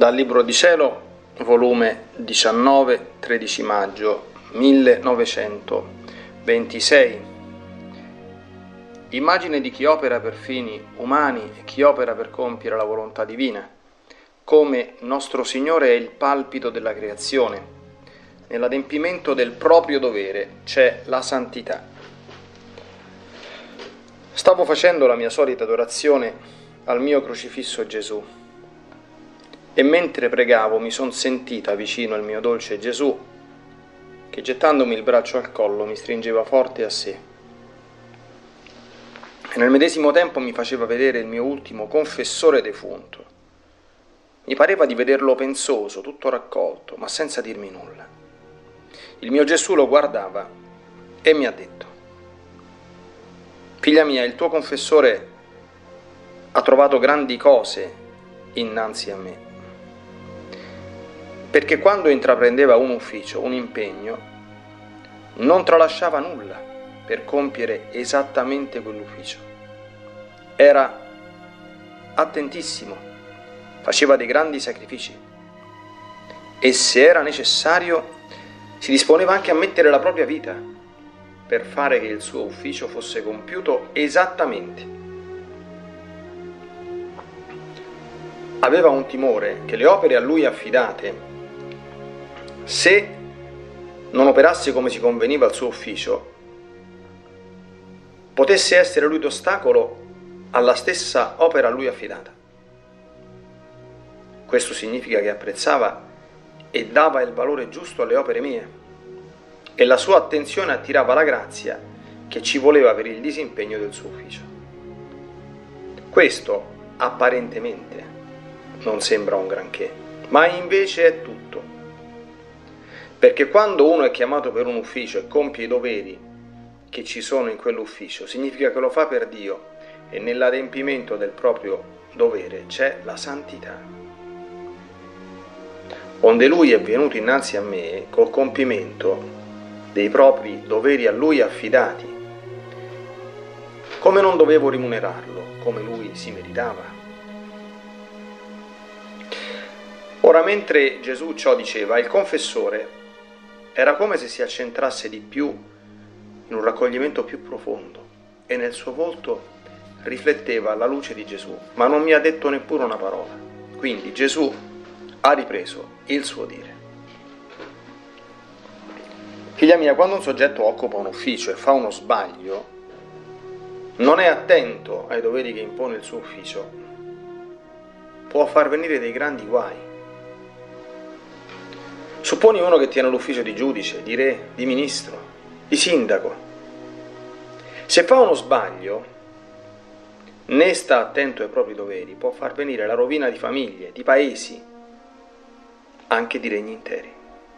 Dal Libro di Cielo, volume 19, 13 maggio 1926. Immagine di chi opera per fini umani e chi opera per compiere la volontà divina, come nostro Signore è il palpito della creazione. Nell'adempimento del proprio dovere c'è la santità. Stavo facendo la mia solita adorazione al mio crocifisso Gesù e mentre pregavo mi son sentita vicino il mio dolce Gesù che, gettandomi il braccio al collo, mi stringeva forte a sé e nel medesimo tempo mi faceva vedere il mio ultimo confessore defunto. Mi pareva di vederlo pensoso, tutto raccolto, ma senza dirmi nulla. Il mio Gesù lo guardava e mi ha detto: «Figlia mia, il tuo confessore ha trovato grandi cose innanzi a me, perché quando intraprendeva un ufficio, un impegno, non tralasciava nulla per compiere esattamente quell'ufficio. Era attentissimo, faceva dei grandi sacrifici e, se era necessario, si disponeva anche a mettere la propria vita per fare che il suo ufficio fosse compiuto esattamente. Aveva un timore che le opere a lui affidate, se non operasse come si conveniva al suo ufficio, potesse essere lui d'ostacolo alla stessa opera a lui affidata. Questo significa che apprezzava e dava il valore giusto alle opere mie, e la sua attenzione attirava la grazia che ci voleva per il disimpegno del suo ufficio. Questo, apparentemente, non sembra un granché, ma invece è tutto. Perché quando uno è chiamato per un ufficio e compie i doveri che ci sono in quell'ufficio, significa che lo fa per Dio, e nell'adempimento del proprio dovere c'è la santità. Onde lui è venuto innanzi a me col compimento dei propri doveri a lui affidati, come non dovevo rimunerarlo, come lui si meritava. Ora, mentre Gesù ciò diceva, il confessore era come se si accentrasse di più in un raccoglimento più profondo e nel suo volto rifletteva la luce di Gesù, ma non mi ha detto neppure una parola. Quindi Gesù ha ripreso il suo dire. Figlia mia, quando un soggetto occupa un ufficio e fa uno sbaglio, non è attento ai doveri che impone il suo ufficio, può far venire dei grandi guai. Supponi uno che tiene l'ufficio di giudice, di re, di ministro, di sindaco. Se fa uno sbaglio, né sta attento ai propri doveri, può far venire la rovina di famiglie, di paesi, anche di regni interi.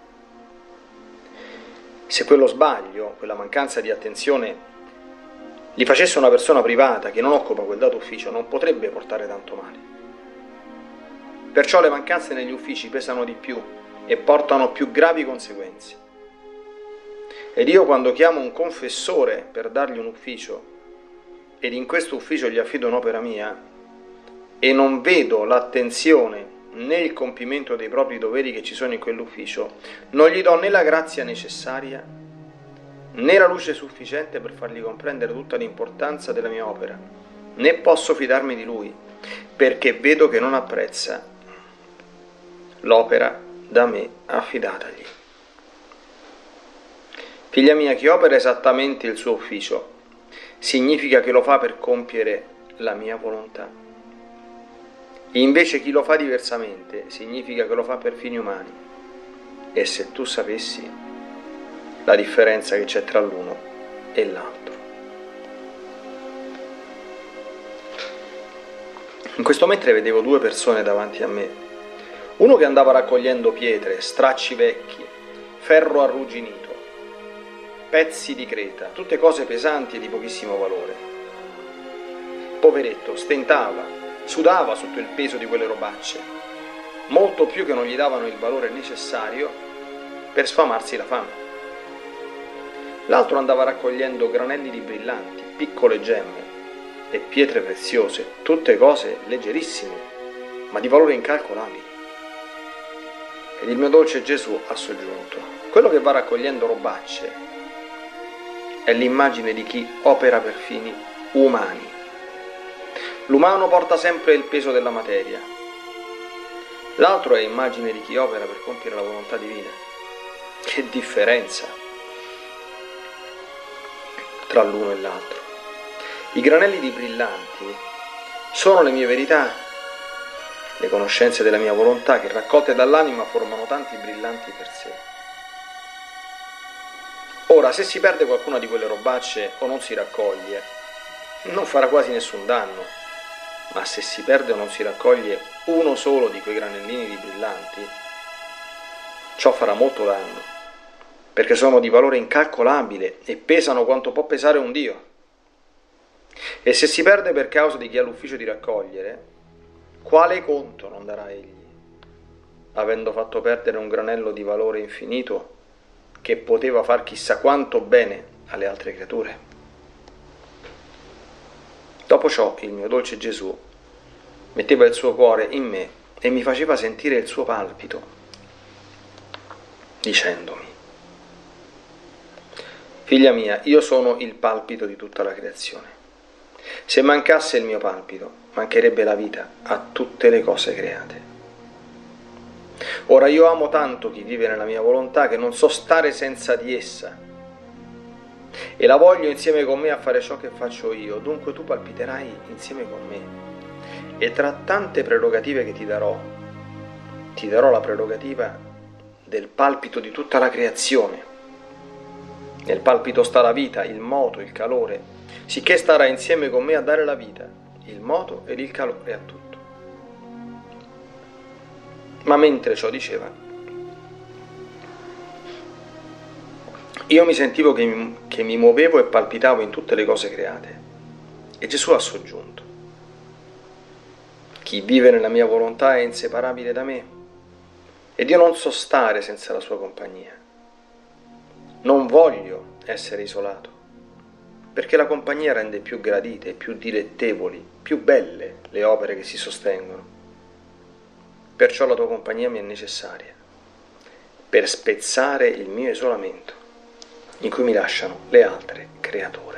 Se quello sbaglio, quella mancanza di attenzione, li facesse una persona privata che non occupa quel dato ufficio, non potrebbe portare tanto male. Perciò le mancanze negli uffici pesano di più e portano più gravi conseguenze. Ed io, quando chiamo un confessore per dargli un ufficio ed in questo ufficio gli affido un'opera mia e non vedo l'attenzione né il compimento dei propri doveri che ci sono in quell'ufficio, non gli do né la grazia necessaria né la luce sufficiente per fargli comprendere tutta l'importanza della mia opera, né posso fidarmi di lui, perché vedo che non apprezza l'opera da me affidatagli. Figlia mia, chi opera esattamente il suo ufficio significa che lo fa per compiere la mia volontà. Invece chi lo fa diversamente significa che lo fa per fini umani. E se tu sapessi la differenza che c'è tra l'uno e l'altro. In questo mentre vedevo due persone davanti a me. Uno che andava raccogliendo pietre, stracci vecchi, ferro arrugginito, pezzi di creta, tutte cose pesanti e di pochissimo valore. Poveretto, stentava, sudava sotto il peso di quelle robacce, molto più che non gli davano il valore necessario per sfamarsi la fame. L'altro andava raccogliendo granelli di brillanti, piccole gemme e pietre preziose, tutte cose leggerissime, ma di valore incalcolabile. Ed il mio dolce Gesù ha soggiunto: quello che va raccogliendo robacce è l'immagine di chi opera per fini umani. L'umano porta sempre il peso della materia, l'altro è immagine di chi opera per compiere la volontà divina. Che differenza tra l'uno e l'altro! I granelli di brillanti sono le mie verità, le conoscenze della mia volontà che raccolte dall'anima formano tanti brillanti per sé. Ora, se si perde qualcuna di quelle robacce o non si raccoglie, non farà quasi nessun danno, ma se si perde o non si raccoglie uno solo di quei granellini di brillanti, ciò farà molto danno, perché sono di valore incalcolabile e pesano quanto può pesare un Dio. E se si perde per causa di chi ha l'ufficio di raccogliere, quale conto non darà egli, avendo fatto perdere un granello di valore infinito che poteva far chissà quanto bene alle altre creature? Dopo ciò il mio dolce Gesù metteva il suo cuore in me e mi faceva sentire il suo palpito, dicendomi: figlia mia, io sono il palpito di tutta la creazione. Se mancasse il mio palpito, mancherebbe la vita a tutte le cose create. Ora io amo tanto chi vive nella mia volontà che non so stare senza di essa e la voglio insieme con me a fare ciò che faccio io, dunque tu palpiterai insieme con me e tra tante prerogative che ti darò la prerogativa del palpito di tutta la creazione. Nel palpito sta la vita, il moto, il calore, sicché starà insieme con me a dare la vita, il moto ed il calore a tutto. Ma mentre ciò diceva, io mi sentivo che mi muovevo e palpitavo in tutte le cose create. E Gesù ha soggiunto: chi vive nella mia volontà è inseparabile da me, ed io non so stare senza la sua compagnia. Non voglio essere isolato, perché la compagnia rende più gradite, più dilettevoli, più belle le opere che si sostengono. Perciò la tua compagnia mi è necessaria, per spezzare il mio isolamento, in cui mi lasciano le altre creature.